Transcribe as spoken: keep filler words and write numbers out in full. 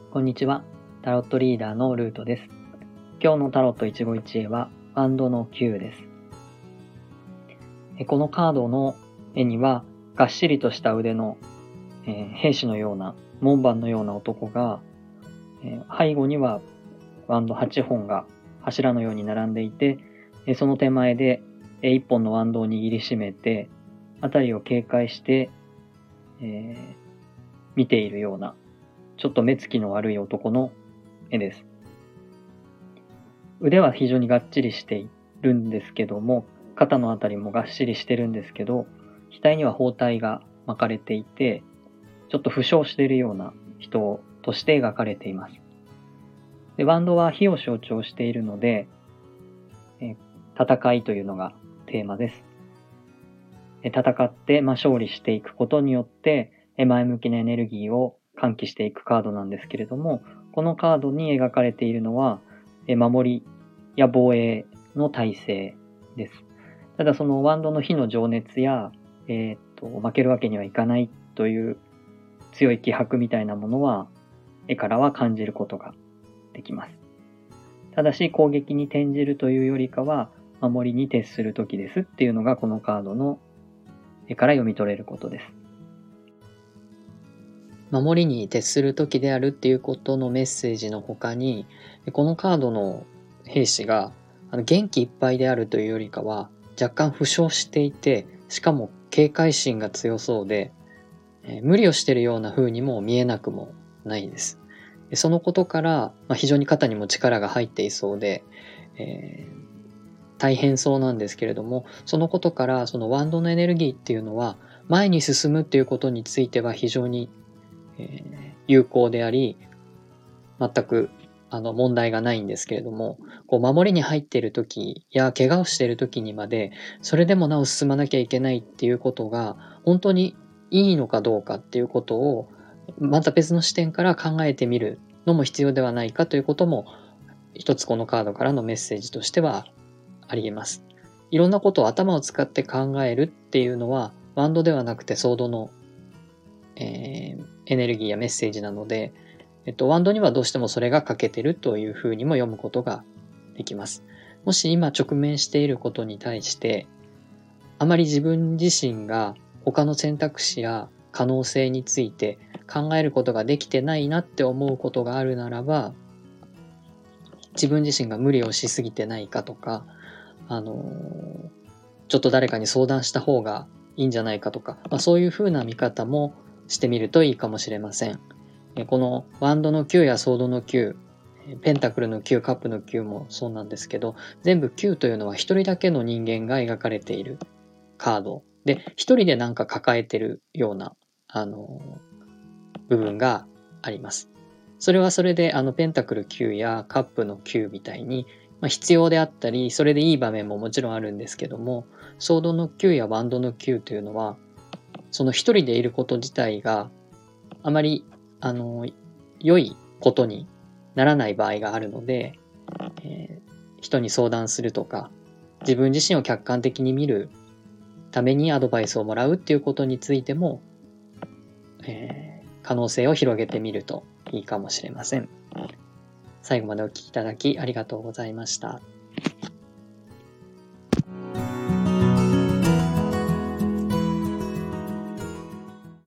こんにちは。タロットリーダーのルートです。今日のタロット一期一会はワンドのきゅうです。このカードの絵にはがっしりとした腕の、えー、兵士のような門番のような男が、えー、背後にはワンドはちほんが柱のように並んでいて、えー、その手前で、えー、いっぽんのワンドを握りしめて辺りを警戒して、えー、見ているようなちょっと目つきの悪い男の絵です。腕は非常にがっちりしているんですけども、肩のあたりもがっしりしてるんですけど、額には包帯が巻かれていて、ちょっと負傷しているような人として描かれています。で、ワンドは火を象徴しているので、え戦いというのがテーマです。戦って、まあ、勝利していくことによって、前向きなエネルギーを喚起していくカードなんですけれども、このカードに描かれているのは、守りや防衛の体制です。ただそのワンドの火の情熱や、えー、っと負けるわけにはいかないという強い気迫みたいなものは絵からは感じることができます。ただし攻撃に転じるというよりかは守りに徹する時ですっていうのがこのカードの絵から読み取れることです。守りに徹する時であるっていうことのメッセージの他に、このカードの兵士が元気いっぱいであるというよりかは若干負傷していて、しかも警戒心が強そうで、えー、無理をしているような風にも見えなくもないです。そのことから、まあ、非常に肩にも力が入っていそうで、えー、大変そうなんですけれども、そのことからそのワンドのエネルギーっていうのは前に進むっていうことについては非常にえー、有効であり、全くあの問題がないんですけれども、こう守りに入っている時や怪我をしている時にまでそれでもなお進まなきゃいけないっていうことが本当にいいのかどうかっていうことをまた別の視点から考えてみるのも必要ではないかということも一つこのカードからのメッセージとしてはありえます。いろんなことを頭を使って考えるっていうのはワンドではなくてソードのえー、エネルギーやメッセージなので、えっと、ワンドにはどうしてもそれが欠けてるというふうにも読むことができます。もし今直面していることに対して、あまり自分自身が他の選択肢や可能性について考えることができてないなって思うことがあるならば、自分自身が無理をしすぎてないかとか、あのー、ちょっと誰かに相談した方がいいんじゃないかとか、まあ、そういうふうな見方もしてみるといいかもしれません。このワンドのきゅうやソードのきゅう、ペンタクルのきゅう、カップのきゅうもそうなんですけど、全部きゅうというのは一人だけの人間が描かれているカードで、一人でなんか抱えてるような、あの、部分があります。それはそれで、あの、ペンタクルきゅうやカップのきゅうみたいに、まあ、必要であったり、それでいい場面ももちろんあるんですけども、ソードのきゅうやワンドのきゅうというのは、その一人でいること自体があまりあの良いことにならない場合があるので、えー、人に相談するとか自分自身を客観的に見るためにアドバイスをもらうっていうことについても、えー、可能性を広げてみるといいかもしれません。最後までお聞きいただきありがとうございました。